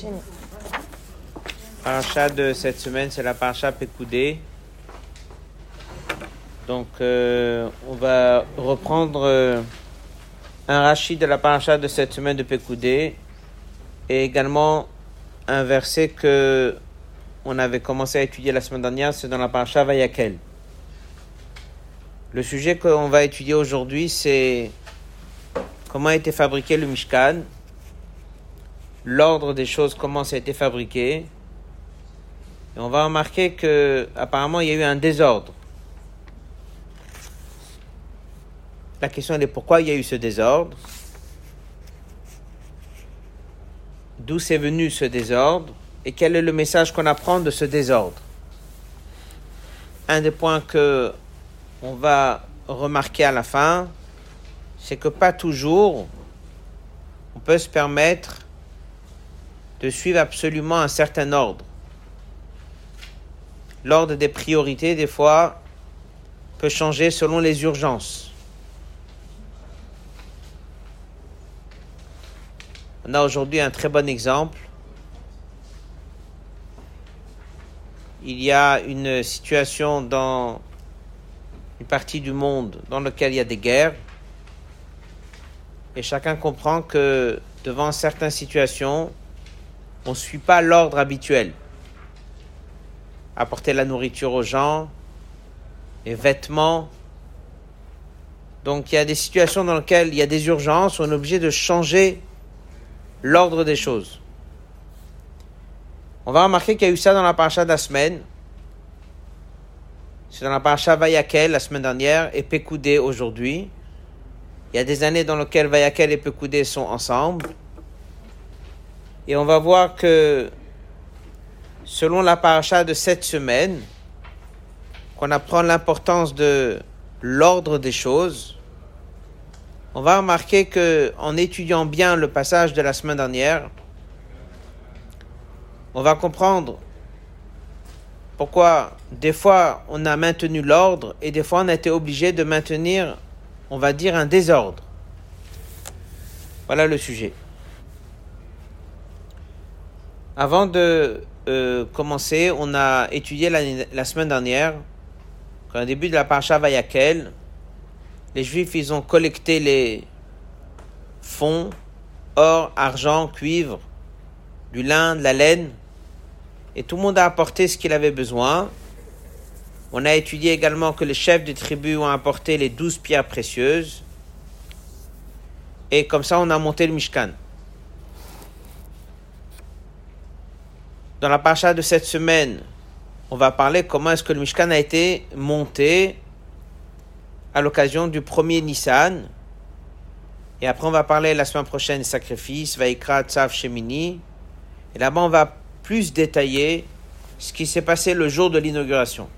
Paracha de cette semaine, c'est la paracha Pekoudé. Donc, on va reprendre un Rashi de la paracha de cette semaine de Pekoudé et également un verset que on avait commencé à étudier la semaine dernière, c'est dans la paracha Vayakel. Le sujet qu'on va étudier aujourd'hui, c'est comment a été fabriqué le Mishkan, l'ordre des choses, comment ça a été fabriqué. Et on va remarquer que apparemment il y a eu un désordre. La question est pourquoi il y a eu ce désordre, d'où c'est venu ce désordre et quel est le message qu'on apprend de ce désordre. Un des points que on va remarquer à la fin, c'est que pas toujours on peut se permettre de suivre absolument un certain ordre. L'ordre des priorités, des fois, peut changer selon les urgences. On a aujourd'hui un très bon exemple. Il y a une situation dans une partie du monde dans laquelle il y a des guerres. Et chacun comprend que devant certaines situations, on ne suit pas l'ordre habituel. Apporter la nourriture aux gens, les vêtements. Donc il y a des situations dans lesquelles il y a des urgences, où on est obligé de changer l'ordre des choses. On va remarquer qu'il y a eu ça dans la paracha de la semaine. C'est dans la paracha Vayakel la semaine dernière et Pekoudé aujourd'hui. Il y a des années dans lesquelles Vayakel et Pekoudé sont ensemble. Et on va voir que selon la paracha de cette semaine, qu'on apprend l'importance de l'ordre des choses, on va remarquer qu'en étudiant bien le passage de la semaine dernière, on va comprendre pourquoi des fois on a maintenu l'ordre et des fois on a été obligé de maintenir, on va dire, un désordre. Voilà le sujet. Avant de commencer, on a étudié la semaine dernière qu'au début de la paracha Vayakel, les Juifs, ils ont collecté les fonds, or, argent, cuivre, du lin, de la laine, et tout le monde a apporté ce qu'il avait besoin. On a étudié également que les chefs des tribus ont apporté les 12 pierres précieuses, et comme ça, on a monté le Mishkan. Dans la paracha de cette semaine, on va parler comment est-ce que le Mishkan a été monté à l'occasion du premier Nissan. Et après, on va parler la semaine prochaine des sacrifices, Vaikra, Tzav, Shemini. Et là-bas, on va plus détailler ce qui s'est passé le jour de l'inauguration.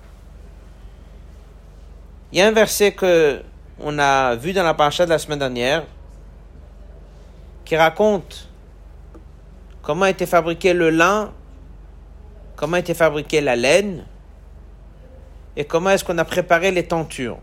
Il y a un verset que on a vu dans la paracha de la semaine dernière qui raconte comment a été fabriqué le lin, comment a été fabriquée la laine et comment est-ce qu'on a préparé les tentures.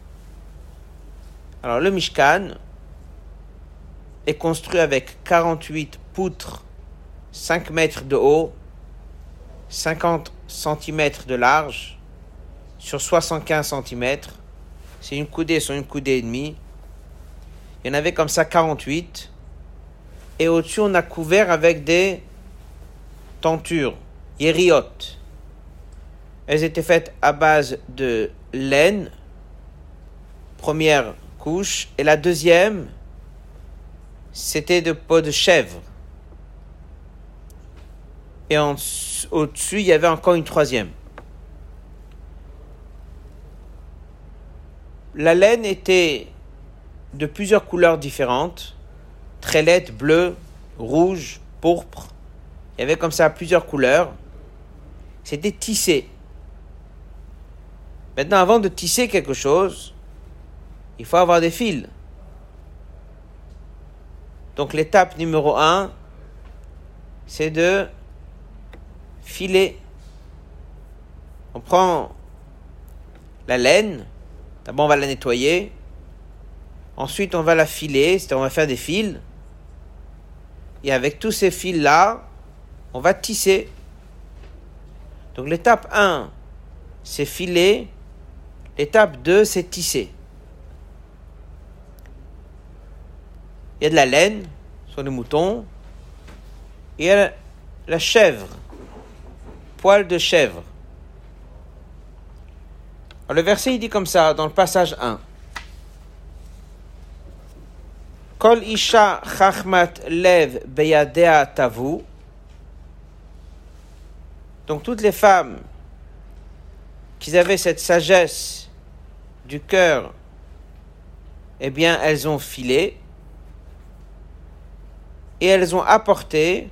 Alors le Mishkan est construit avec 48 poutres, 5 mètres de haut, 50 cm de large, sur 75 cm. C'est une coudée sur une coudée et demie. Il y en avait comme ça 48. Et au-dessus, on a couvert avec des tentures, yériot. Elles étaient faites à base de laine, première couche, et la deuxième, c'était de peau de chèvre. Et au-dessus, il y avait encore une troisième. La laine était de plusieurs couleurs différentes, trailettes, bleu, rouge, pourpre. Il y avait comme ça plusieurs couleurs. C'était tissé. Maintenant, avant de tisser quelque chose, il faut avoir des fils. Donc l'étape numéro 1, c'est de filer. On prend la laine, d'abord on va la nettoyer, ensuite on va la filer, c'est-à-dire on va faire des fils, et avec tous ces fils-là, on va tisser. Donc l'étape 1, c'est filer. L'étape 2, c'est tisser. Il y a de la laine sur les moutons. Il y a la chèvre, poil de chèvre. Alors, le verset il dit comme ça dans le passage 1. Kol isha chachmat lev beyadea tavu. Donc toutes les femmes qui avaient cette sagesse du cœur, eh bien elles ont filé et elles ont apporté,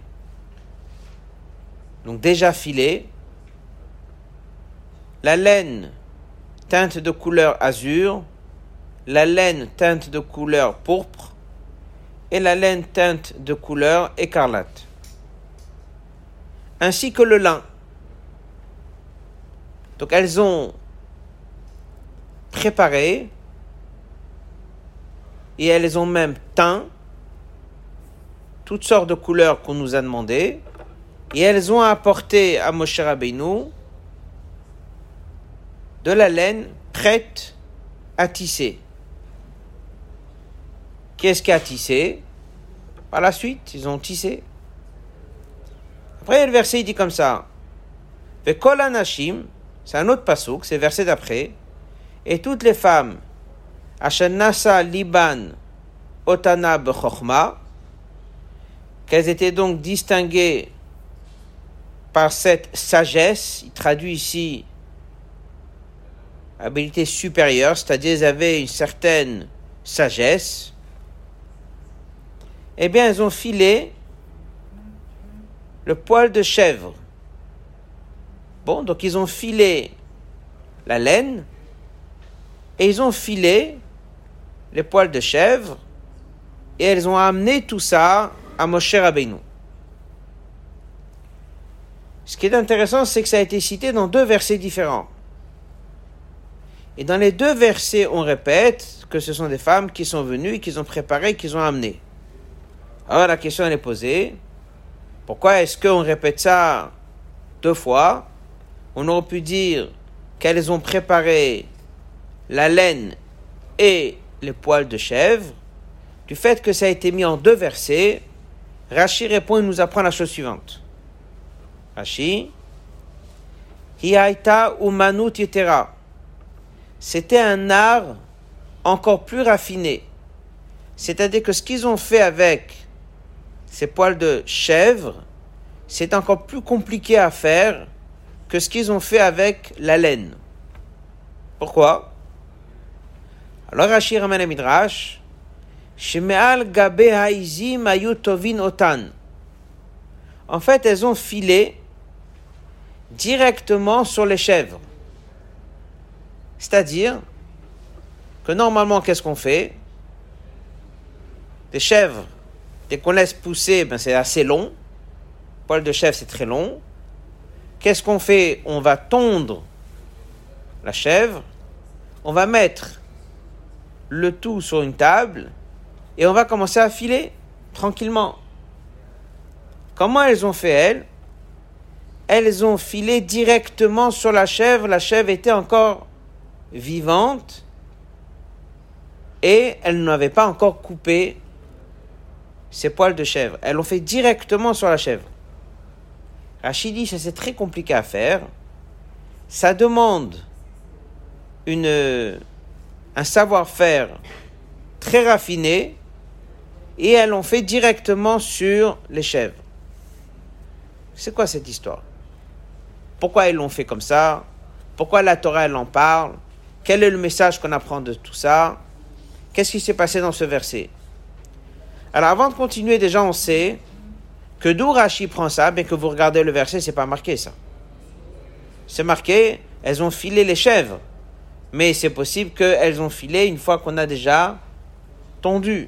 donc déjà filé, la laine teinte de couleur azur, la laine teinte de couleur pourpre et la laine teinte de couleur écarlate, ainsi que le lin. Donc elles ont préparé et elles ont même teint toutes sortes de couleurs qu'on nous a demandées et elles ont apporté à Moshe Rabbeinu de la laine prête à tisser. Qu'est-ce qui a tissé? Par la suite, ils ont tissé. Après, le verset il dit comme ça. Vekol anashim, c'est un autre passouk, c'est le verset d'après. Et toutes les femmes, asher nasa liban otana bechokma, qu'elles étaient donc distinguées par cette sagesse, il traduit ici habilité supérieure, c'est-à-dire elles avaient une certaine sagesse, eh bien elles ont filé le poil de chèvre. Bon, donc ils ont filé la laine et ils ont filé les poils de chèvre et elles ont amené tout ça à Moshe Rabbeinu. Ce qui est intéressant, c'est que ça a été cité dans 2 versets différents. Et dans les 2 versets, on répète que ce sont des femmes qui sont venues, qui ont préparé, qui ont amené. Alors la question elle est posée, pourquoi est-ce qu'on répète ça 2 fois? On aurait pu dire qu'elles ont préparé la laine et les poils de chèvre. Du fait que ça a été mis en 2 versets, Rashi répond et nous apprend la chose suivante. Rashi, Hiaita umanut yetera. C'était un art encore plus raffiné. C'est-à-dire que ce qu'ils ont fait avec ces poils de chèvre, c'est encore plus compliqué à faire que ce qu'ils ont fait avec la laine. Pourquoi? Alors Rashi ramène le Midrash, Sheme'al gabe ha'izim ayu tovin otan. En fait, elles ont filé directement sur les chèvres. C'est-à-dire que normalement, qu'est-ce qu'on fait? Les chèvres, dès qu'on laisse pousser, c'est assez long. Poil de chèvre, c'est très long. Qu'est-ce qu'on fait? On va tondre la chèvre, on va mettre le tout sur une table et on va commencer à filer tranquillement. Comment elles ont fait, elles? Elles ont filé directement sur la chèvre était encore vivante et elles n'avaient pas encore coupé ses poils de chèvre. Elles l'ont fait directement sur la chèvre. Rachid dit, ça c'est très compliqué à faire. Ça demande un savoir-faire très raffiné et elles l'ont fait directement sur les chèvres. C'est quoi cette histoire? Pourquoi ils l'ont fait comme ça? Pourquoi la Torah elle en parle? Quel est le message qu'on apprend de tout ça? Qu'est-ce qui s'est passé dans ce verset? Alors avant de continuer, déjà on sait que d'où Rashi prend ça, bien que vous regardez le verset, c'est pas marqué ça. C'est marqué, elles ont filé les chèvres. Mais c'est possible qu'elles ont filé une fois qu'on a déjà tondu.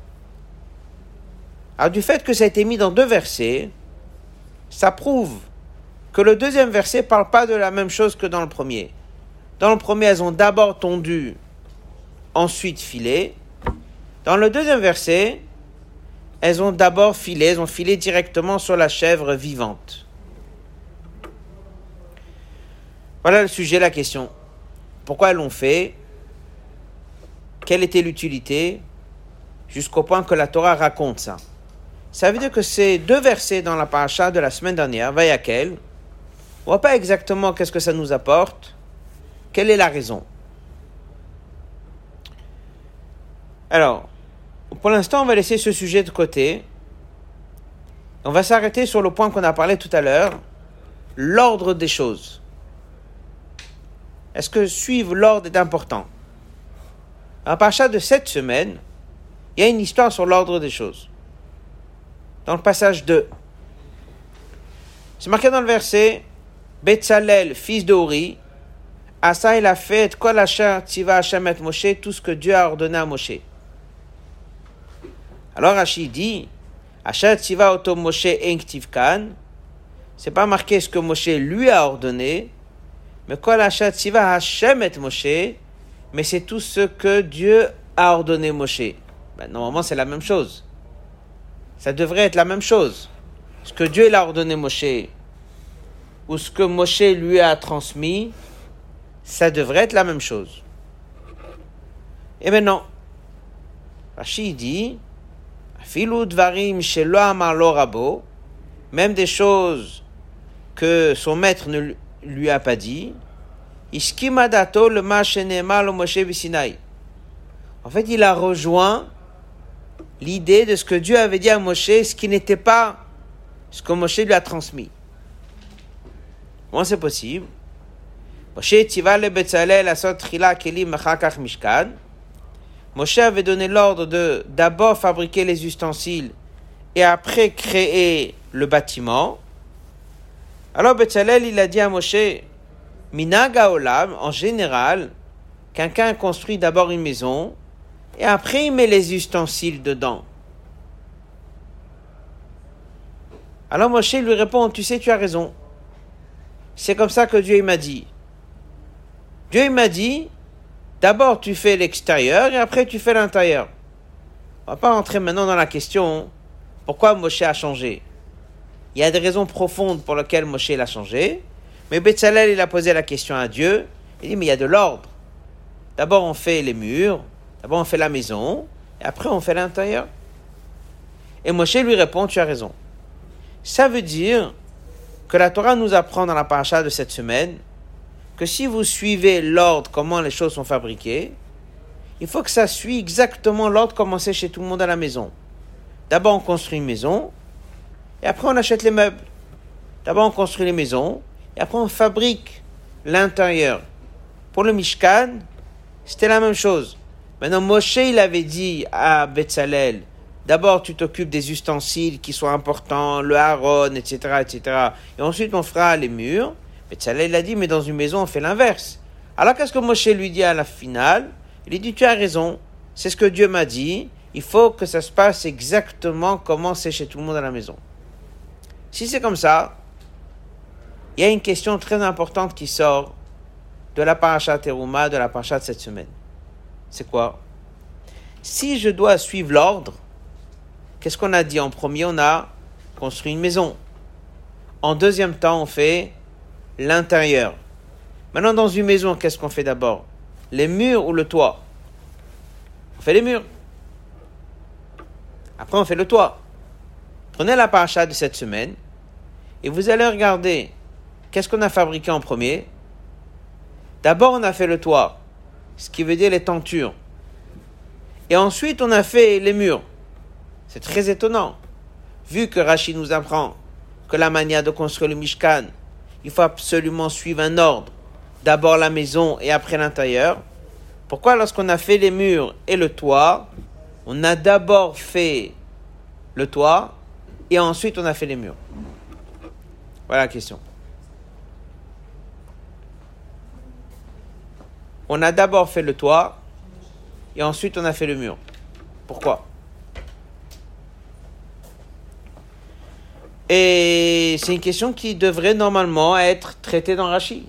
Alors du fait que ça a été mis dans 2 versets, ça prouve que le 2e verset ne parle pas de la même chose que dans le premier. Dans le premier, elles ont d'abord tondu, ensuite filé. Dans le 2e verset, elles ont d'abord filé, elles ont filé directement sur la chèvre vivante. Voilà le sujet, la question. Pourquoi elles l'ont fait? Quelle était l'utilité? Jusqu'au point que la Torah raconte ça. Ça veut dire que ces deux versets dans la paracha de la semaine dernière, Vayakel, on ne voit pas exactement qu'est-ce que ça nous apporte, quelle est la raison. Alors, pour l'instant, on va laisser ce sujet de côté. On va s'arrêter sur le point qu'on a parlé tout à l'heure, l'ordre des choses. Est-ce que suivre l'ordre est important? Dans la paracha de cette semaine, il y a une histoire sur l'ordre des choses. Dans le passage 2, c'est marqué dans le verset, Betzalel, fils de Uri, Asa il a fait kol asher tziva Hashem et Moshe, tout ce que Dieu a ordonné à Moshe. Alors Rashi dit, Asher tziva oto Moshe en ktivkan, c'est pas marqué ce que Moshe lui a ordonné, mais kol asher tziva Hashem et Moshe, mais c'est tout ce que Dieu a ordonné Moshe. Normalement c'est la même chose. Ça devrait être la même chose. Ce que Dieu l'a ordonné Moshe, ou ce que Moshe lui a transmis, ça devrait être la même chose. Et maintenant, Rashi dit, Afilu dvarim shelo amar lo rabo, même des choses que son maître ne lui a pas dit, Ishkima dato le ma shenema lo Moshe b'Sinaï. En fait, il a rejoint l'idée de ce que Dieu avait dit à Moshe, ce qui n'était pas ce que Moshe lui a transmis. Comment c'est possible? Moshe tiva le Betzalel asot trila kelim achakach mishkan. Moshe avait donné l'ordre de d'abord fabriquer les ustensiles et après créer le bâtiment. Alors Betzalel, il a dit à Moshe, minag haolam, en général, quelqu'un construit d'abord une maison et après il met les ustensiles dedans. Alors Moshe lui répond, tu sais, tu as raison. C'est comme ça que Dieu m'a dit. Dieu m'a dit, d'abord tu fais l'extérieur et après tu fais l'intérieur. On ne va pas rentrer maintenant dans la question, pourquoi Moshe a changé. Il y a des raisons profondes pour lesquelles Moshe l'a changé, mais Betzalel il a posé la question à Dieu, il dit, mais il y a de l'ordre. D'abord on fait les murs, d'abord on fait la maison, et après on fait l'intérieur. Et Moshe lui répond, tu as raison. Ça veut dire que la Torah nous apprend dans la paracha de cette semaine que si vous suivez l'ordre, comment les choses sont fabriquées, il faut que ça suive exactement l'ordre commencé chez tout le monde à la maison. D'abord on construit une maison, et après on achète les meubles. D'abord on construit les maisons, et après on fabrique l'intérieur. Pour le Mishkan, c'était la même chose. Maintenant Moshe il avait dit à Betzalel, d'abord tu t'occupes des ustensiles qui sont importants, le haron, etc., etc. Et ensuite on fera les murs. Betzalel a dit, mais dans une maison on fait l'inverse. Alors qu'est-ce que Moshe lui dit à la finale? Il lui dit, tu as raison, c'est ce que Dieu m'a dit, il faut que ça se passe exactement comment c'est chez tout le monde à la maison. Si c'est comme ça, il y a une question très importante qui sort de la paracha Teruma, de la paracha de cette semaine. C'est quoi? Si je dois suivre l'ordre, qu'est-ce qu'on a dit? En premier, on a construit une maison. En deuxième temps, on fait l'intérieur. Maintenant, dans une maison, qu'est-ce qu'on fait d'abord? Les murs ou le toit? On fait les murs. Après, on fait le toit. Prenez la paracha de cette semaine et vous allez regarder qu'est-ce qu'on a fabriqué en premier. D'abord, on a fait le toit, ce qui veut dire les tentures. Et ensuite, on a fait les murs. C'est très étonnant, vu que Rashi nous apprend que la manière de construire le Mishkan, il faut absolument suivre un ordre. D'abord la maison et après l'intérieur. Pourquoi lorsqu'on a fait les murs et le toit, on a d'abord fait le toit et ensuite on a fait les murs? Voilà la question. On a d'abord fait le toit et ensuite on a fait le mur. Pourquoi? Et c'est une question qui devrait normalement être traitée dans Rashi.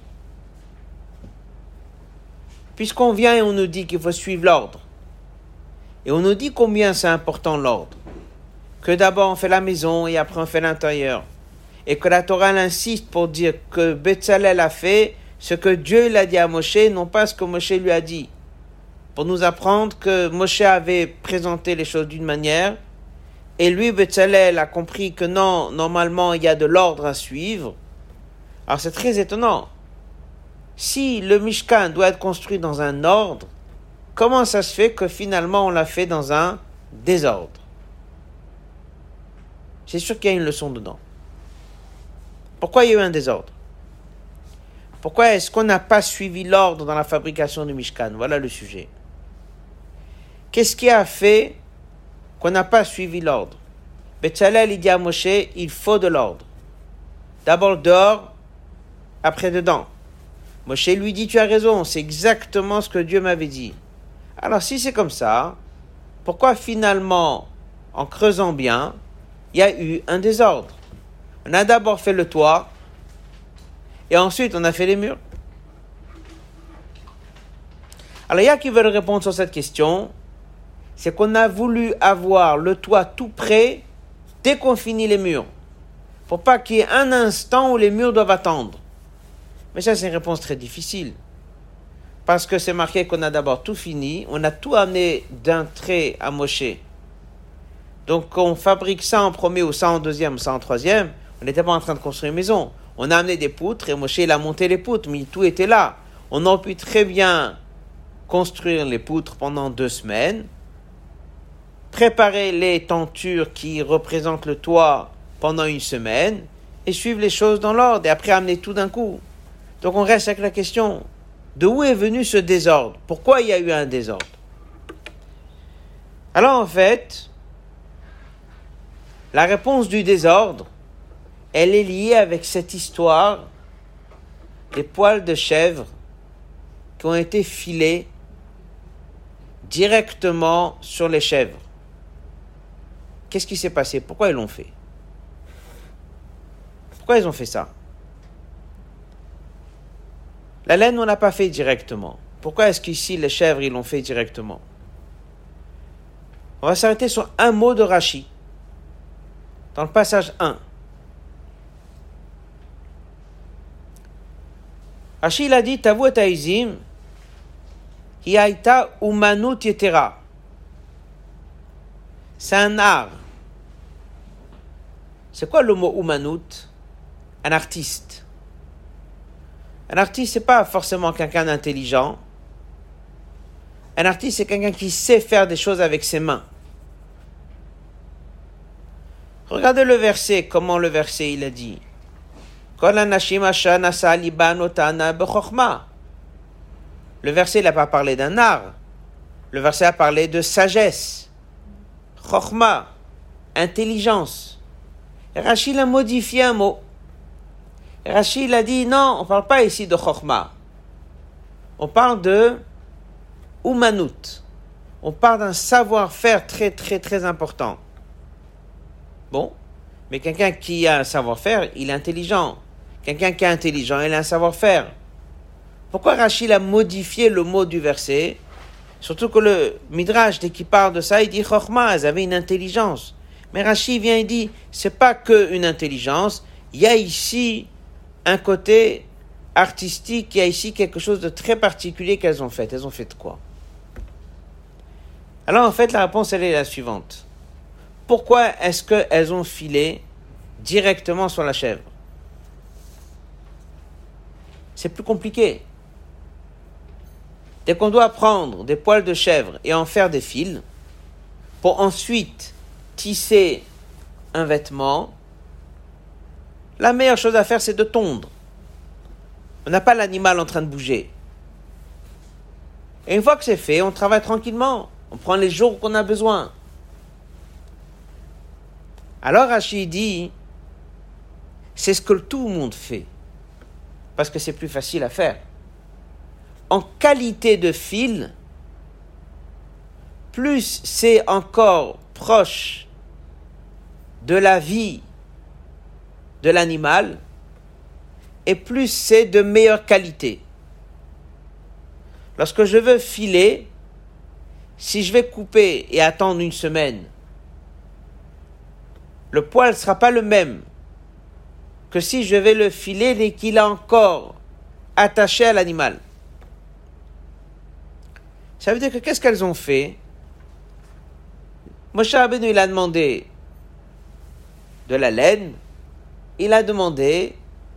Puisqu'on vient et on nous dit qu'il faut suivre l'ordre, et on nous dit combien c'est important l'ordre, que d'abord on fait la maison et après on fait l'intérieur. Et que la Torah insiste pour dire que Betzalel a fait ce que Dieu l'a dit à Moshe, non pas ce que Moshe lui a dit. Pour nous apprendre que Moshe avait présenté les choses d'une manière, et lui, Betzalel, a compris que non, normalement, il y a de l'ordre à suivre. Alors c'est très étonnant. Si le Mishkan doit être construit dans un ordre, comment ça se fait que finalement on l'a fait dans un désordre? C'est sûr qu'il y a une leçon dedans. Pourquoi il y a eu un désordre? Pourquoi est-ce qu'on n'a pas suivi l'ordre dans la fabrication du Mishkan? Voilà le sujet. Qu'est-ce qui a fait qu'on n'a pas suivi l'ordre? Betzalel, il dit à Moshe, il faut de l'ordre. D'abord dehors, après dedans. Moshe lui dit, tu as raison, c'est exactement ce que Dieu m'avait dit. Alors si c'est comme ça, pourquoi finalement, en creusant bien, il y a eu un désordre? On a d'abord fait le toit, et ensuite on a fait les murs. Alors il y a qui veulent répondre sur cette question, c'est qu'on a voulu avoir le toit tout prêt dès qu'on finit les murs. Faut pas qu'il y ait un instant où les murs doivent attendre. Mais ça, c'est une réponse très difficile. Parce que c'est marqué qu'on a d'abord tout fini, on a tout amené d'un trait à Moshe. Donc, on fabrique ça en premier ou ça en deuxième ou ça en troisième, on n'était pas en train de construire une maison. On a amené des poutres et Moshe, il a monté les poutres, mais tout était là. On aurait pu très bien construire les poutres pendant 2 semaines, préparer les tentures qui représentent le toit pendant 1 semaine et suivre les choses dans l'ordre et après amener tout d'un coup. Donc on reste avec la question, de où est venu ce désordre? Pourquoi il y a eu un désordre? Alors en fait, la réponse du désordre, elle est liée avec cette histoire des poils de chèvre qui ont été filés directement sur les chèvres. Qu'est-ce qui s'est passé? Pourquoi ils l'ont fait? Pourquoi ils ont fait ça? La laine, on n'a pas fait directement. Pourquoi est-ce qu'ici, les chèvres, ils l'ont fait directement? On va s'arrêter sur un mot de Rashi, dans le passage 1. Rashi, il a dit, Tavu et Aizim, Hiaita umanut yetera. C'est un art. C'est quoi le mot umanut? Un artiste. Un artiste, c'est pas forcément quelqu'un d'intelligent. Un artiste, c'est quelqu'un qui sait faire des choses avec ses mains. Regardez le verset, comment le verset il a dit. Le verset n'a pas parlé d'un art. Le verset a parlé de sagesse. Chokhma, intelligence. Et Rachid a modifié un mot. Et Rachid a dit non, on ne parle pas ici de Chokhma. On parle de Umanut. On parle d'un savoir-faire très très très important. Bon, mais quelqu'un qui a un savoir-faire, il est intelligent. Quelqu'un qui est intelligent, il a un savoir-faire. Pourquoi Rachid a modifié le mot du verset? Surtout que le Midrash, dès qu'il parle de ça, il dit Chokhma, ils avaient une intelligence. Mais Rachid vient et dit, c'est pas que une intelligence, il y a ici un côté artistique, il y a ici quelque chose de très particulier qu'elles ont fait. Elles ont fait de quoi? Alors en fait, la réponse, elle est la suivante. Pourquoi est-ce qu'elles ont filé directement sur la chèvre? C'est plus compliqué. Dès qu'on doit prendre des poils de chèvre et en faire des fils, pour ensuite tisser un vêtement, la meilleure chose à faire, c'est de tondre. On n'a pas l'animal en train de bouger. Et une fois que c'est fait, on travaille tranquillement. On prend les jours qu'on a besoin. Alors Rachid dit, c'est ce que tout le monde fait, parce que c'est plus facile à faire. En qualité de fil, plus c'est encore proche de la vie de l'animal, et plus c'est de meilleure qualité. Lorsque je veux filer, si je vais couper et attendre 1 semaine, le poil ne sera pas le même que si je vais le filer dès qu'il est encore attaché à l'animal. Ça veut dire que qu'est-ce qu'elles ont fait? Moshe Rabbeinu, il a demandé de la laine, il a demandé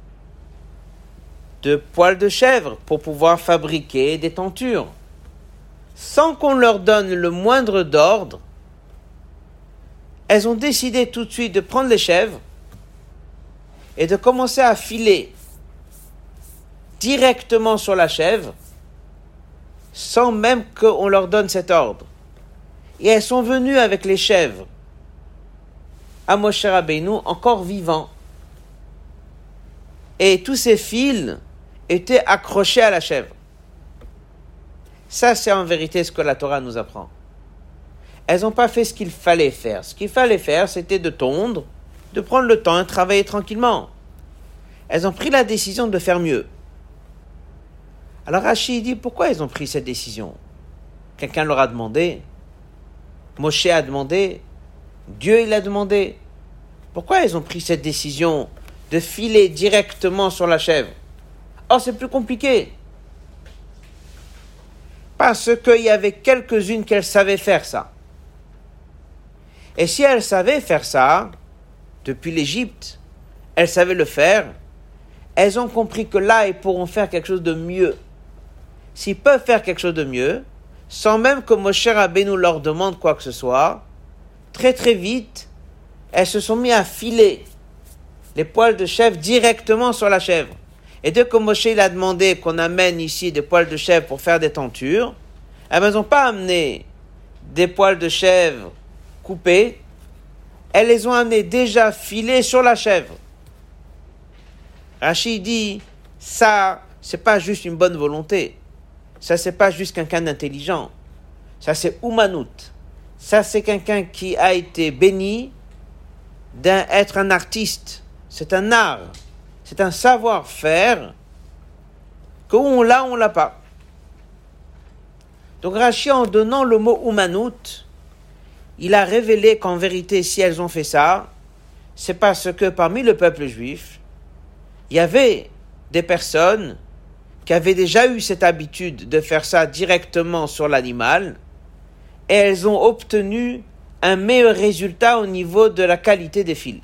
de poils de chèvre pour pouvoir fabriquer des tentures. Sans qu'on leur donne le moindre d'ordre, elles ont décidé tout de suite de prendre les chèvres et de commencer à filer directement sur la chèvre sans même qu'on leur donne cet ordre. Et elles sont venues avec les chèvres à Moshe Rabbeinu encore vivants. Et tous ces fils étaient accrochés à la chèvre. Ça, c'est en vérité ce que la Torah nous apprend. Elles n'ont pas fait ce qu'il fallait faire. Ce qu'il fallait faire, c'était de tondre, de prendre le temps et de travailler tranquillement. Elles ont pris la décision de faire mieux. Alors Rashi dit, pourquoi elles ont pris cette décision? Quelqu'un leur a demandé, Moshe a demandé, Dieu il a demandé. Pourquoi elles ont pris cette décision de filer directement sur la chèvre? Oh, c'est plus compliqué. Parce qu'il y avait quelques-unes qu'elles savaient faire ça. Et si elles savaient faire ça, depuis l'Égypte, elles savaient le faire, elles ont compris que là, ils pourront faire quelque chose de mieux. S'ils peuvent faire quelque chose de mieux, sans même que Moshe Rabbeinu leur demande quoi que ce soit, très très vite, elles se sont mis à filer les poils de chèvre directement sur la chèvre. Et dès que Moshe il a demandé qu'on amène ici des poils de chèvre pour faire des tentures, elles n'ont pas amené des poils de chèvre coupés, elles les ont amenés déjà filés sur la chèvre. Rachid dit, ça, c'est pas juste une bonne volonté. Ça, c'est pas juste quelqu'un d'intelligent. Ça, c'est Oumanout. Ça, c'est quelqu'un qui a été béni d'être un artiste. C'est un art. C'est un savoir-faire que où on l'a, on l'a pas. Donc Rashi, en donnant le mot Oumanout, il a révélé qu'en vérité, si elles ont fait ça, c'est parce que parmi le peuple juif, il y avait des personnes qui avaient déjà eu cette habitude de faire ça directement sur l'animal, et elles ont obtenu un meilleur résultat au niveau de la qualité des fils.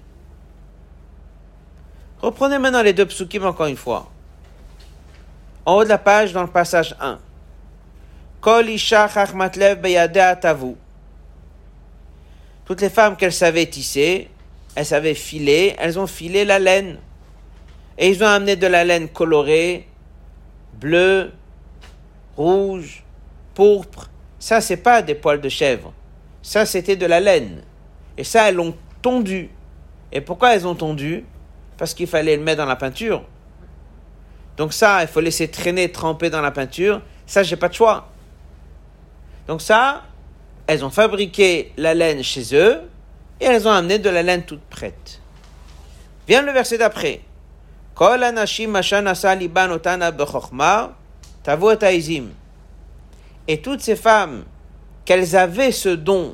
Reprenez maintenant les deux psukim encore une fois. En haut de la page, dans le passage 1. Kol isha chachmatlev beyadea tavu. Toutes les femmes qu'elles savaient tisser, elles savaient filer, elles ont filé la laine. Et ils ont amené de la laine colorée, bleue, rouge, pourpre. Ça, c'est pas des poils de chèvre. Ça, c'était de la laine. Et ça, elles l'ont tondu. Et pourquoi elles ont tondu? Parce qu'il fallait le mettre dans la peinture. Donc ça, il faut laisser traîner, tremper dans la peinture. Ça, j'ai pas de choix. Donc ça, elles ont fabriqué la laine chez eux et elles ont amené de la laine toute prête. Vient le verset d'après. Kol anashim ashan asa liban otana bechokma tavu et haizim. Et toutes ces femmes, qu'elles avaient ce don,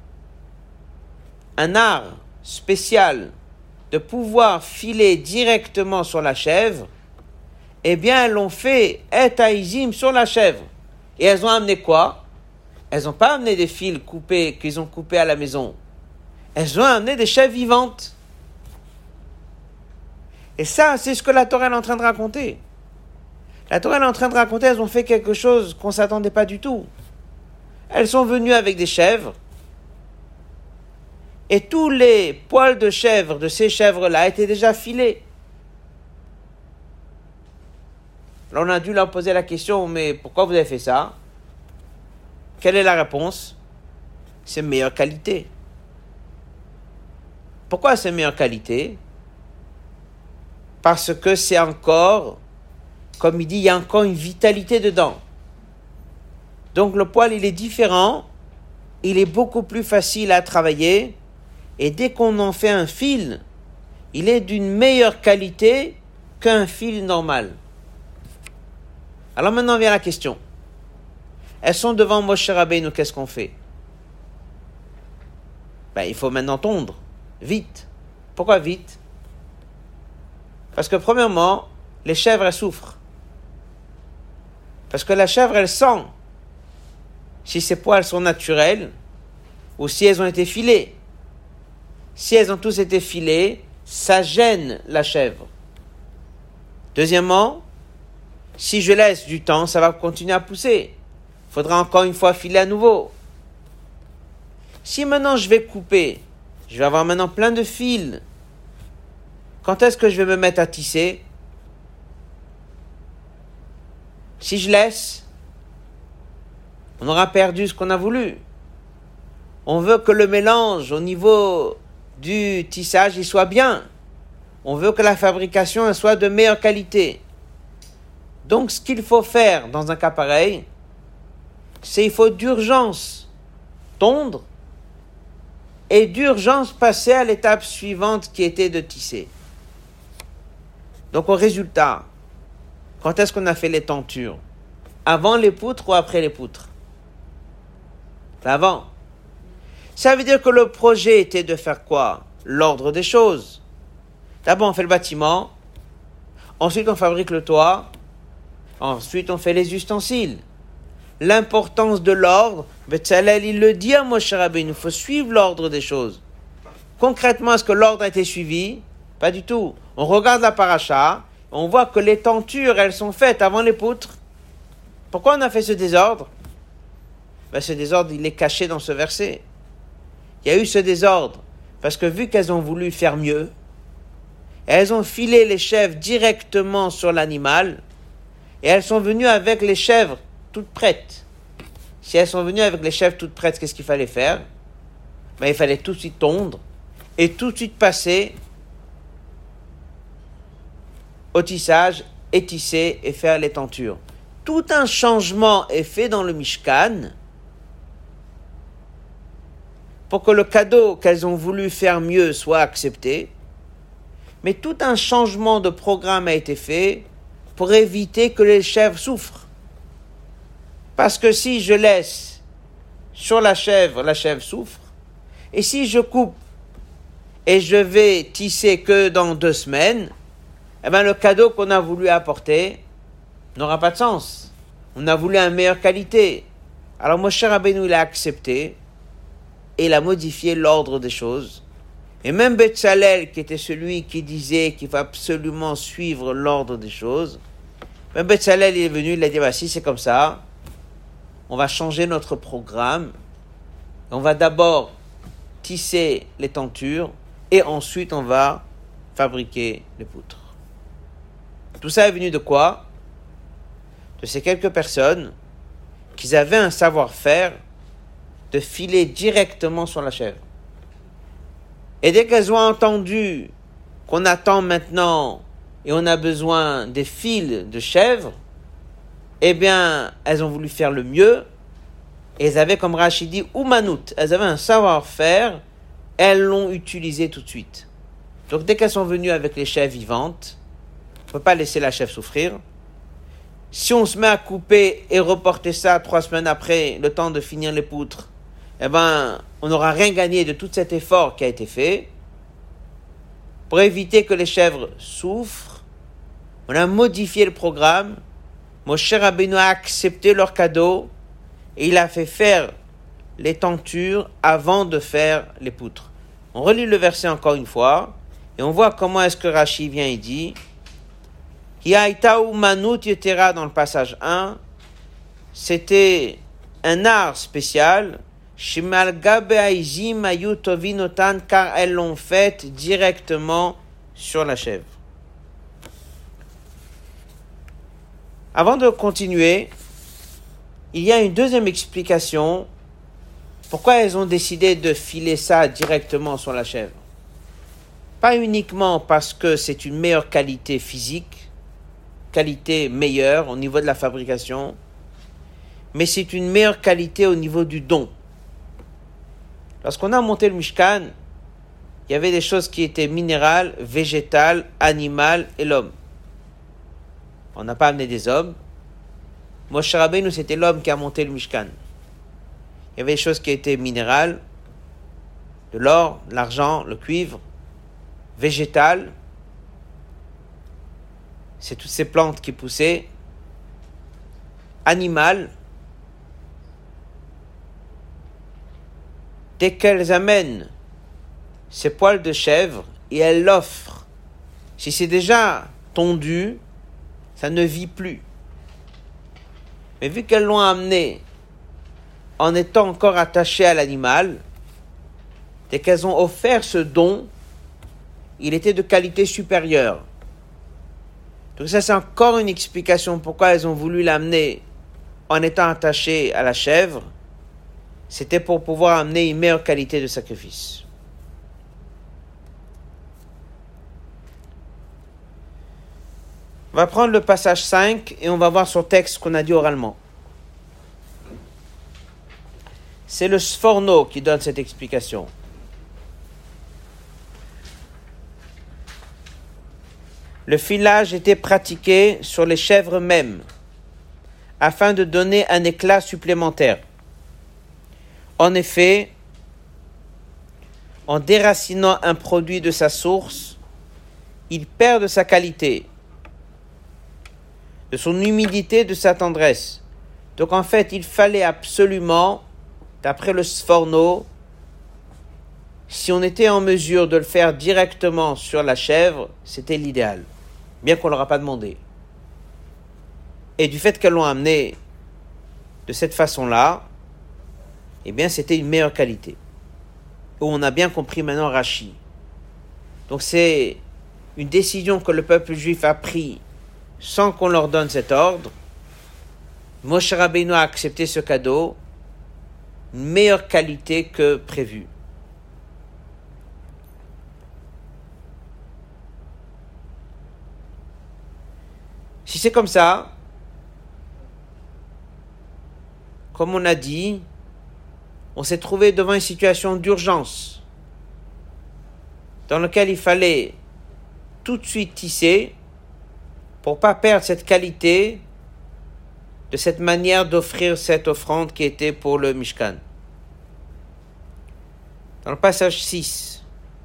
un art spécial de pouvoir filer directement sur la chèvre, eh bien elles l'ont fait et haizim sur la chèvre. Et elles ont amené quoi? Elles n'ont pas amené des fils coupés qu'ils ont coupés à la maison. Elles ont amené des chèvres vivantes. Et ça, c'est ce que la Torah est en train de raconter. La Torah est en train de raconter, elles ont fait quelque chose qu'on ne s'attendait pas du tout. Elles sont venues avec des chèvres. Et tous les poils de chèvre de ces chèvres-là étaient déjà filés. Là, on a dû leur poser la question, mais pourquoi vous avez fait ça? Quelle est la réponse? C'est meilleure qualité. Pourquoi c'est meilleure qualité? Parce que c'est encore, comme il dit, il y a encore une vitalité dedans. Donc le poil, il est différent, il est beaucoup plus facile à travailler, et dès qu'on en fait un fil, il est d'une meilleure qualité qu'un fil normal. Alors maintenant vient la question. Elles sont devant Moshe Rabbeinu, qu'est-ce qu'on fait? Il faut maintenant tondre. vite. Pourquoi vite? Parce que premièrement, les chèvres, elles souffrent. Parce que la chèvre, elle sent si ses poils sont naturels ou si elles ont été filées. Si elles ont tous été filées, ça gêne la chèvre. Deuxièmement, si je laisse du temps, ça va continuer à pousser. Il faudra encore une fois filer à nouveau. Si maintenant je vais couper, je vais avoir maintenant plein de fils. Quand est-ce que je vais me mettre à tisser? Si je laisse, on aura perdu ce qu'on a voulu. On veut que le mélange au niveau du tissage il soit bien. On veut que la fabrication elle soit de meilleure qualité. Donc ce qu'il faut faire dans un cas pareil, c'est il faut d'urgence tondre et d'urgence passer à l'étape suivante qui était de tisser. Donc au résultat, quand est-ce qu'on a fait les tentures? Avant les poutres ou après les poutres? Avant. Ça veut dire que le projet était de faire quoi? L'ordre des choses. D'abord on fait le bâtiment, ensuite on fabrique le toit, ensuite on fait les ustensiles. L'importance de l'ordre, Betzalel il le dit à Moshe Rabbeinu, il faut suivre l'ordre des choses. Concrètement, est-ce que l'ordre a été suivi? Pas du tout. On regarde la paracha, on voit que les tentures, elles sont faites avant les poutres. Pourquoi on a fait ce désordre? Ce désordre, il est caché dans ce verset. Il y a eu ce désordre parce que vu qu'elles ont voulu faire mieux, elles ont filé les chèvres directement sur l'animal et elles sont venues avec les chèvres toutes prêtes. Si elles sont venues avec les chèvres toutes prêtes, qu'est-ce qu'il fallait faire? Il fallait tout de suite tondre et tout de suite passer au tissage et tisser et faire les tentures. Tout un changement est fait dans le Mishkan pour que le cadeau qu'elles ont voulu faire mieux soit accepté, mais tout un changement de programme a été fait pour éviter que les chèvres souffrent. Parce que si je laisse sur la chèvre souffre, et si je coupe et je vais tisser que dans 2 semaines, le cadeau qu'on a voulu apporter n'aura pas de sens. On a voulu une meilleure qualité. Alors Moshe Rabbeinu il a accepté et il a modifié l'ordre des choses. Et même Betzalel, qui était celui qui disait qu'il faut absolument suivre l'ordre des choses, même Betzalel il est venu, il a dit si c'est comme ça, on va changer notre programme. On va d'abord tisser les tentures et ensuite on va fabriquer les poutres. Tout ça est venu de quoi? De ces quelques personnes qui avaient un savoir-faire de filer directement sur la chèvre. Et dès qu'elles ont entendu qu'on attend maintenant et on a besoin des fils de chèvre, elles ont voulu faire le mieux et elles avaient, comme Rachid dit, Umanout, elles avaient un savoir-faire, elles l'ont utilisé tout de suite. Donc dès qu'elles sont venues avec les chèvres vivantes, on ne peut pas laisser la chèvre souffrir. Si on se met à couper et reporter ça 3 semaines après, le temps de finir les poutres, on n'aura rien gagné de tout cet effort qui a été fait. Pour éviter que les chèvres souffrent, on a modifié le programme. Moshe Rabbeinu a accepté leur cadeau et il a fait faire les tentures avant de faire les poutres. On relit le verset encore une fois et on voit comment est-ce que Rashi vient et dit Hiaïtaou Manut Yetera dans le passage 1, c'était un art spécial, Shimalgabe Aizim Ayu Tovinotan, car elles l'ont fait directement sur la chèvre. Avant de continuer, il y a une deuxième explication pourquoi elles ont décidé de filer ça directement sur la chèvre. Pas uniquement parce que c'est une meilleure qualité physique, qualité meilleure au niveau de la fabrication, mais c'est une meilleure qualité au niveau du don. Lorsqu'on a monté le Mishkan, il y avait des choses qui étaient minérales, végétales, animales et l'homme. On n'a pas amené des hommes. Moshe Rabbeinu, c'était l'homme qui a monté le Mishkan. Il y avait des choses qui étaient minérales, de l'or, l'argent, le cuivre, végétal, c'est toutes ces plantes qui poussaient, animales, dès qu'elles amènent ces poils de chèvre et elles l'offrent, si c'est déjà tondu, ça ne vit plus. Mais vu qu'elles l'ont amené en étant encore attachées à l'animal, dès qu'elles ont offert ce don, il était de qualité supérieure. Donc ça, c'est encore une explication pourquoi elles ont voulu l'amener en étant attachées à la chèvre. C'était pour pouvoir amener une meilleure qualité de sacrifice. On va prendre le passage 5 et on va voir sur texte qu'on a dit oralement. C'est le Sforno qui donne cette explication. Le filage était pratiqué sur les chèvres mêmes, afin de donner un éclat supplémentaire. En effet, en déracinant un produit de sa source, il perd de sa qualité, de son humidité, de sa tendresse. Donc en fait, il fallait absolument, d'après le Sforno, si on était en mesure de le faire directement sur la chèvre, c'était l'idéal, bien qu'on ne leur a pas demandé. Et du fait qu'elles l'ont amené de cette façon-là, eh bien c'était une meilleure qualité. Où on a bien compris maintenant Rashi. Donc c'est une décision que le peuple juif a prise sans qu'on leur donne cet ordre. Moshe Rabbeinu a accepté ce cadeau, une meilleure qualité que prévu. Si c'est comme ça, comme on a dit, on s'est trouvé devant une situation d'urgence dans laquelle il fallait tout de suite tisser pour ne pas perdre cette qualité de cette manière d'offrir cette offrande qui était pour le Mishkan. Dans le passage 6,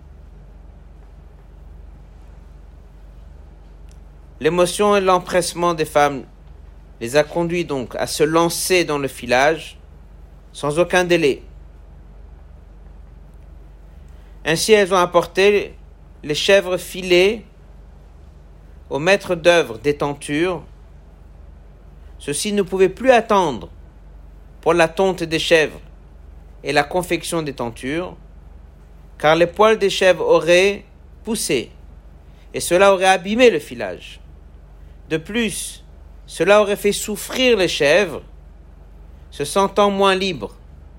l'émotion et l'empressement des femmes les a conduits donc à se lancer dans le filage sans aucun délai. Ainsi, elles ont apporté les chèvres filées au maître d'œuvre des tentures. Ceux-ci ne pouvaient plus attendre pour la tonte des chèvres et la confection des tentures, car les poils des chèvres auraient poussé, et cela aurait abîmé le filage. De plus, cela aurait fait souffrir les chèvres, se sentant moins libres.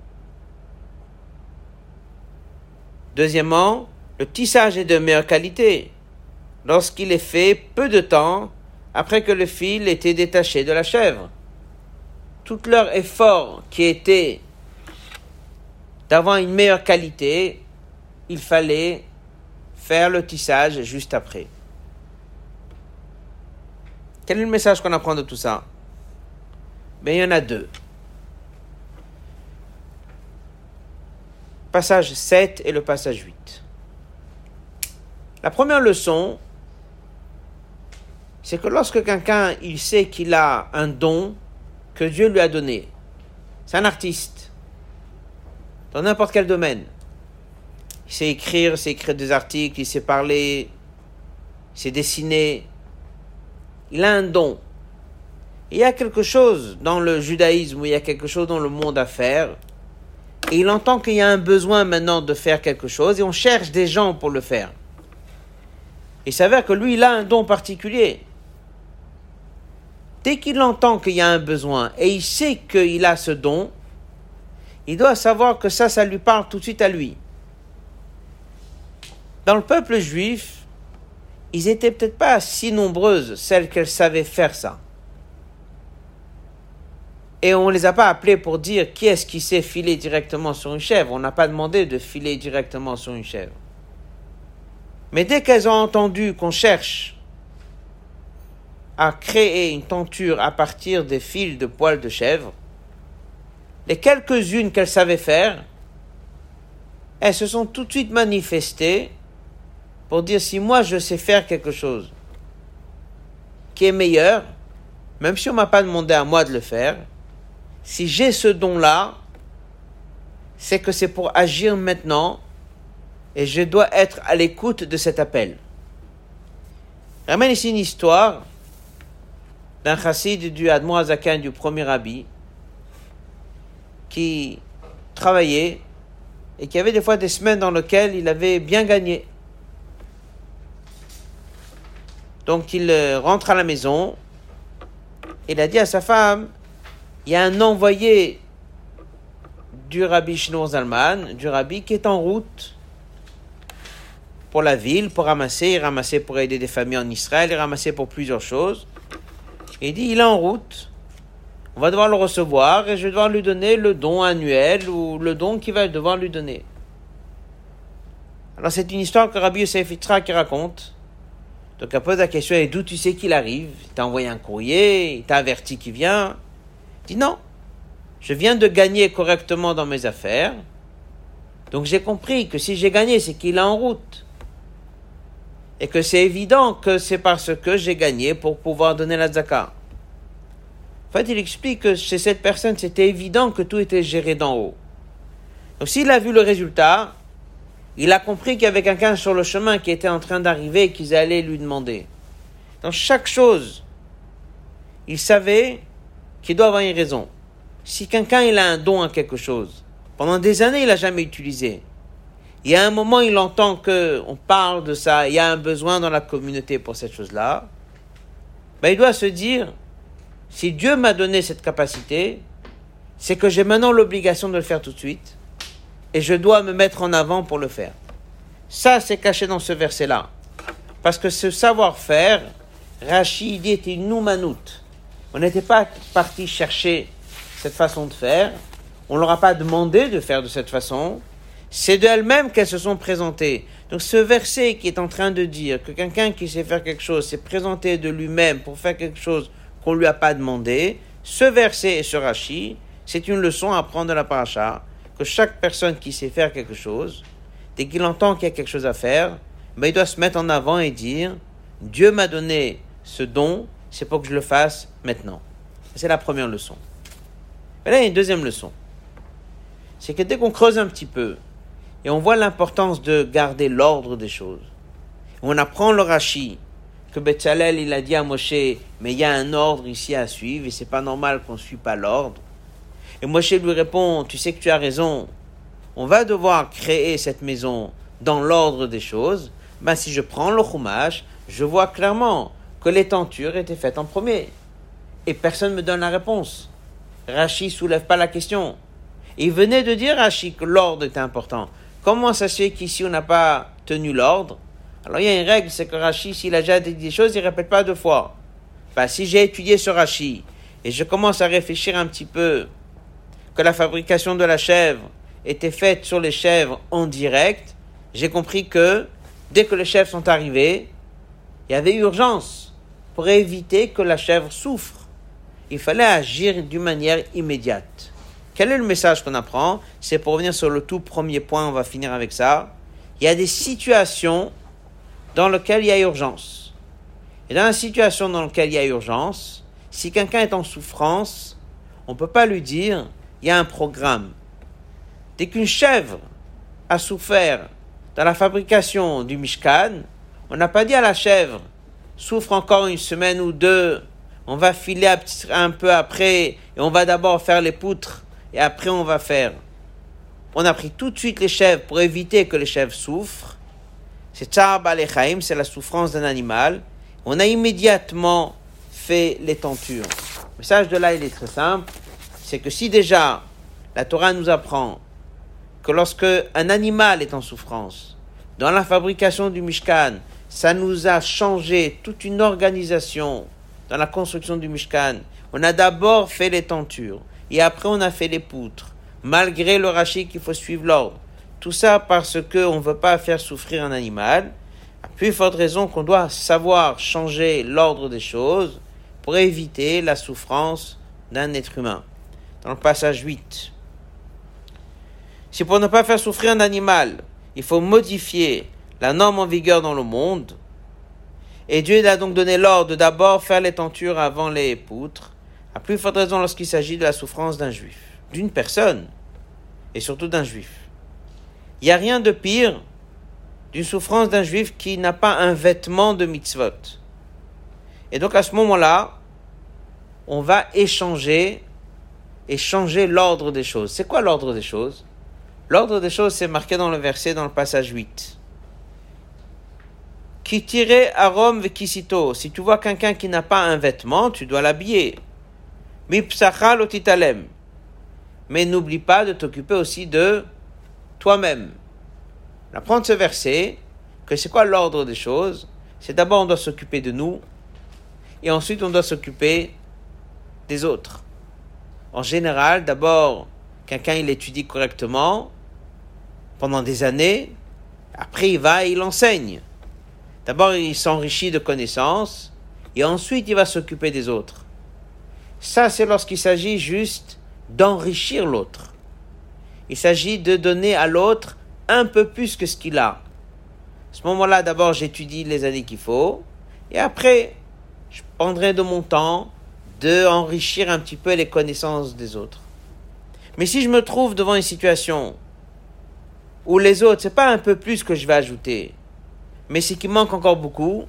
Deuxièmement, le tissage est de meilleure qualité lorsqu'il est fait peu de temps après que le fil était détaché de la chèvre. Tout leur effort qui était d'avoir une meilleure qualité, il fallait faire le tissage juste après. Quel est le message qu'on apprend de tout ça? Il y en a deux. Passage 7 et le passage 8. La première leçon, c'est que lorsque quelqu'un il sait qu'il a un don que Dieu lui a donné, c'est un artiste, dans n'importe quel domaine. Il sait écrire des articles, il sait parler, il sait dessiner. Il a un don. Il y a quelque chose dans le judaïsme, où il y a quelque chose dans le monde à faire, et il entend qu'il y a un besoin maintenant de faire quelque chose, et on cherche des gens pour le faire. Il s'avère que lui, il a un don particulier. Dès qu'il entend qu'il y a un besoin, et il sait qu'il a ce don, il doit savoir que ça lui parle tout de suite à lui. Dans le peuple juif, ils n'étaient peut-être pas si nombreuses, celles qu'elles savaient faire ça. Et on ne les a pas appelées pour dire qui est-ce qui sait filer directement sur une chèvre. On n'a pas demandé de filer directement sur une chèvre. Mais dès qu'elles ont entendu qu'on cherche à créer une tenture à partir des fils de poils de chèvre, les quelques-unes qu'elles savaient faire, elles se sont tout de suite manifestées pour dire si moi je sais faire quelque chose qui est meilleur, même si on ne m'a pas demandé à moi de le faire, si j'ai ce don-là, c'est que c'est pour agir maintenant et je dois être à l'écoute de cet appel. Je ramène ici une histoire d'un chassid du Admor HaZaken, du premier rabbi, qui travaillait et qui avait des fois des semaines dans lesquelles il avait bien gagné. Donc il rentre à la maison, il a dit à sa femme, il y a un envoyé du rabbi Shneur Zalman, du rabbi qui est en route pour la ville, pour ramasser, il ramassait pour aider des familles en Israël, il ramassait pour plusieurs choses. Et il dit, il est en route, on va devoir le recevoir et je vais devoir lui donner le don annuel ou le don qu'il va devoir lui donner. Alors c'est une histoire que Rabbi Yosef Yitzhak raconte. Donc elle pose la question, et d'où tu sais qu'il arrive? Il t'a envoyé un courrier, il t'a averti qu'il vient? Il dit non, je viens de gagner correctement dans mes affaires, donc j'ai compris que si j'ai gagné, c'est qu'il est en route. Et que c'est évident que c'est parce que j'ai gagné pour pouvoir donner la tzaka. En fait, il explique que chez cette personne, c'était évident que tout était géré d'en haut. Donc s'il a vu le résultat, il a compris qu'il y avait quelqu'un sur le chemin qui était en train d'arriver et qu'ils allaient lui demander. Dans chaque chose, il savait qu'il doit avoir une raison. Si quelqu'un il a un don à quelque chose, pendant des années il n'a jamais utilisé, il y a un moment il entend qu'on parle de ça, il y a un besoin dans la communauté pour cette chose-là, il doit se dire, si Dieu m'a donné cette capacité, c'est que j'ai maintenant l'obligation de le faire tout de suite, et je dois me mettre en avant pour le faire. Ça, c'est caché dans ce verset-là. Parce que ce savoir-faire, Rashi dit, était une noumanout. On n'était pas parti chercher cette façon de faire. On ne leur a pas demandé de faire de cette façon. C'est d'elles-mêmes qu'elles se sont présentées. Donc ce verset qui est en train de dire que quelqu'un qui sait faire quelque chose s'est présenté de lui-même pour faire quelque chose qu'on ne lui a pas demandé, ce verset et ce Rashi, c'est une leçon à prendre de la paracha, que chaque personne qui sait faire quelque chose, dès qu'il entend qu'il y a quelque chose à faire, il doit se mettre en avant et dire « Dieu m'a donné ce don, c'est pour que je le fasse maintenant. » C'est la première leçon. Mais là, il y a une deuxième leçon. C'est que dès qu'on creuse un petit peu, et on voit l'importance de garder l'ordre des choses, on apprend le Rashi, que Betzalel, il a dit à Moshe, mais il y a un ordre ici à suivre, et c'est pas normal qu'on ne suive pas l'ordre. Et Moshe lui répond, tu sais que tu as raison, on va devoir créer cette maison dans l'ordre des choses. Si je prends le Chumash, je vois clairement que les tentures étaient faites en premier. Et personne ne me donne la réponse. Rashi ne soulève pas la question. Il venait de dire, Rashi, que l'ordre était important. Comment ça se fait qu'ici on n'a pas tenu l'ordre? Alors il y a une règle, c'est que Rashi, s'il a déjà dit des choses, il ne répète pas deux fois. Si j'ai étudié ce Rashi, et je commence à réfléchir un petit peu, que la fabrication de la chèvre était faite sur les chèvres en direct, j'ai compris que dès que les chèvres sont arrivées, il y avait urgence pour éviter que la chèvre souffre. Il fallait agir d'une manière immédiate. Quel est le message qu'on apprend? C'est pour revenir sur le tout premier point, on va finir avec ça. Il y a des situations dans lesquelles il y a urgence. Et dans la situation dans laquelle il y a urgence, si quelqu'un est en souffrance, on ne peut pas lui dire il y a un programme. Dès qu'une chèvre a souffert dans la fabrication du Mishkan, on n'a pas dit à la chèvre, souffre encore une semaine ou deux, on va filer un peu après, et on va d'abord faire les poutres, et après on va faire. On a pris tout de suite les chèvres pour éviter que les chèvres souffrent. C'est Tsar Baalei Chaim, c'est la souffrance d'un animal. On a immédiatement fait les tentures. Le message de là, il est très simple. C'est que si déjà la Torah nous apprend que lorsque un animal est en souffrance, dans la fabrication du Mishkan, ça nous a changé toute une organisation dans la construction du Mishkan. On a d'abord fait les tentures et après on a fait les poutres, malgré le Rashi qu'il faut suivre l'ordre. Tout ça parce qu'on ne veut pas faire souffrir un animal. À plus forte raison qu'on doit savoir changer l'ordre des choses pour éviter la souffrance d'un être humain. Dans le passage 8, si pour ne pas faire souffrir un animal, il faut modifier la norme en vigueur dans le monde, et Dieu a donc donné l'ordre de d'abord faire les tentures avant les poutres, à plus forte raison lorsqu'il s'agit de la souffrance d'un juif, d'une personne, et surtout d'un juif. Il n'y a rien de pire d'une souffrance d'un juif qui n'a pas un vêtement de mitzvot. Et donc à ce moment-là, on va changer l'ordre des choses. C'est quoi l'ordre des choses? L'ordre des choses, c'est marqué dans le verset, dans le passage 8. Qui tirait à Rome vekisito. Si tu vois quelqu'un qui n'a pas un vêtement, tu dois l'habiller. Mipsacha lotitalem. Mais n'oublie pas de t'occuper aussi de toi-même. On apprend de ce verset que c'est quoi l'ordre des choses? C'est d'abord on doit s'occuper de nous et ensuite on doit s'occuper des autres. En général, d'abord, quelqu'un il étudie correctement pendant des années, après il enseigne. D'abord il s'enrichit de connaissances et ensuite il va s'occuper des autres. Ça c'est lorsqu'il s'agit juste d'enrichir l'autre. Il s'agit de donner à l'autre un peu plus que ce qu'il a. À ce moment-là, d'abord j'étudie les années qu'il faut et après je prendrai de mon temps d'enrichir un petit peu les connaissances des autres. Mais si je me trouve devant une situation où les autres, c'est pas un peu plus que je vais ajouter, mais c'est qu'il manque encore beaucoup,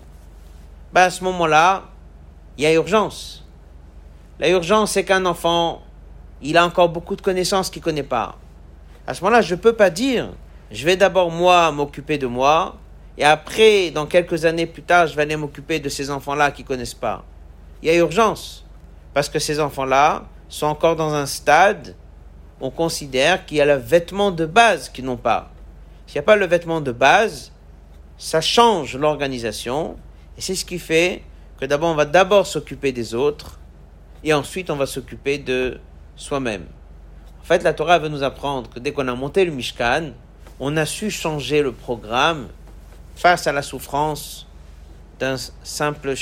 à ce moment-là, il y a urgence. La urgence, c'est qu'un enfant, il a encore beaucoup de connaissances qu'il ne connaît pas. À ce moment-là, je ne peux pas dire, je vais d'abord moi m'occuper de moi, et après, dans quelques années plus tard, je vais aller m'occuper de ces enfants-là qui ne connaissent pas. Il y a urgence, parce que ces enfants-là sont encore dans un stade, on considère qu'il y a le vêtement de base qu'ils n'ont pas. S'il n'y a pas le vêtement de base, ça change l'organisation, et c'est ce qui fait que d'abord on va d'abord s'occuper des autres, et ensuite on va s'occuper de soi-même. En fait, la Torah veut nous apprendre que dès qu'on a monté le Mishkan, on a su changer le programme face à la souffrance d'une simple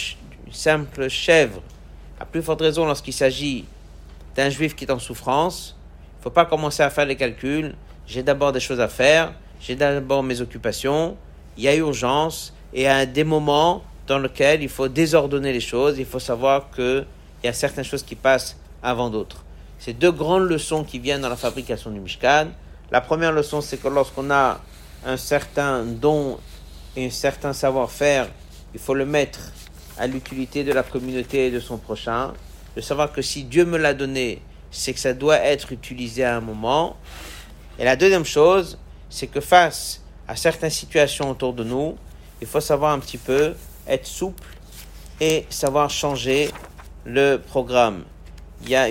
chèvre. À plus forte raison lorsqu'il s'agit d'un juif qui est en souffrance, il ne faut pas commencer à faire les calculs. J'ai d'abord des choses à faire, j'ai d'abord mes occupations, il y a urgence, et il y a des moments dans lesquels il faut désordonner les choses, il faut savoir qu'il y a certaines choses qui passent avant d'autres. C'est deux grandes leçons qui viennent dans la fabrication du Mishkan. La première leçon, c'est que lorsqu'on a un certain don et un certain savoir-faire, il faut le mettre à l'utilité de la communauté et de son prochain. De savoir que si Dieu me l'a donné, c'est que ça doit être utilisé à un moment. Et la deuxième chose, c'est que face à certaines situations autour de nous, il faut savoir un petit peu être souple et savoir changer le programme. Il y a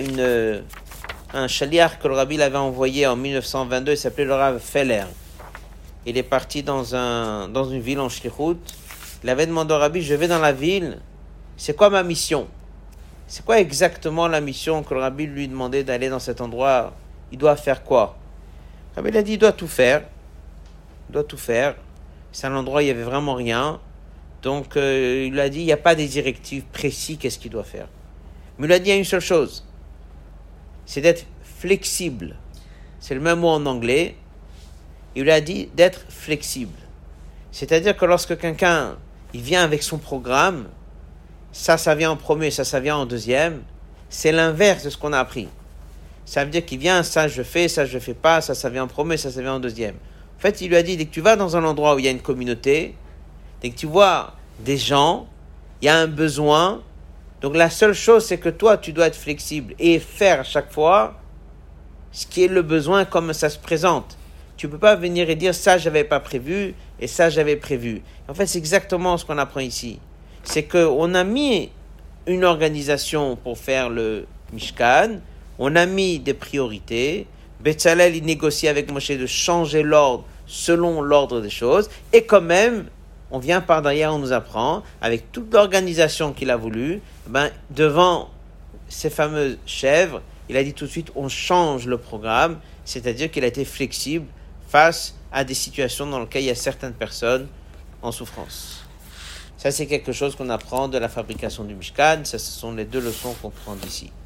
un chaliar que le Rabbi l'avait envoyé en 1922, il s'appelait le Rav Feller. Il est parti dans une ville en Shlichut. Il avait demandé au Rabbi, je vais dans la ville, c'est quoi ma mission? C'est quoi exactement la mission que le Rabbi lui demandait d'aller dans cet endroit? Il doit faire quoi? Le Rabbi a dit, il doit tout faire. Il doit tout faire. C'est un endroit où il n'y avait vraiment rien. Donc, il lui a dit, il n'y a pas des directives précises, qu'est-ce qu'il doit faire. Mais il lui a dit, il y a une seule chose. C'est d'être flexible. C'est le même mot en anglais. Il lui a dit d'être flexible. C'est-à-dire que lorsque quelqu'un il vient avec son programme, ça vient en premier, ça vient en deuxième, c'est l'inverse de ce qu'on a appris. Ça veut dire qu'il vient, ça je fais pas, ça vient en premier, ça vient en deuxième. En fait, il lui a dit, dès que tu vas dans un endroit où il y a une communauté, dès que tu vois des gens, il y a un besoin, donc la seule chose, c'est que toi, tu dois être flexible et faire à chaque fois ce qui est le besoin comme ça se présente. Tu ne peux pas venir et dire, ça, je n'avais pas prévu et ça, j'avais prévu. En fait, c'est exactement ce qu'on apprend ici. C'est qu'on a mis une organisation pour faire le Mishkan, on a mis des priorités. Betzalel, il négocie avec Moshe de changer l'ordre selon l'ordre des choses. Et quand même, on vient par derrière, on nous apprend, avec toute l'organisation qu'il a voulu, devant ces fameuses chèvres, il a dit tout de suite, on change le programme, c'est-à-dire qu'il a été flexible face à des situations dans lesquelles il y a certaines personnes en souffrance. Ça, c'est quelque chose qu'on apprend de la fabrication du Mishkan. Ça, ce sont les deux leçons qu'on prend d'ici.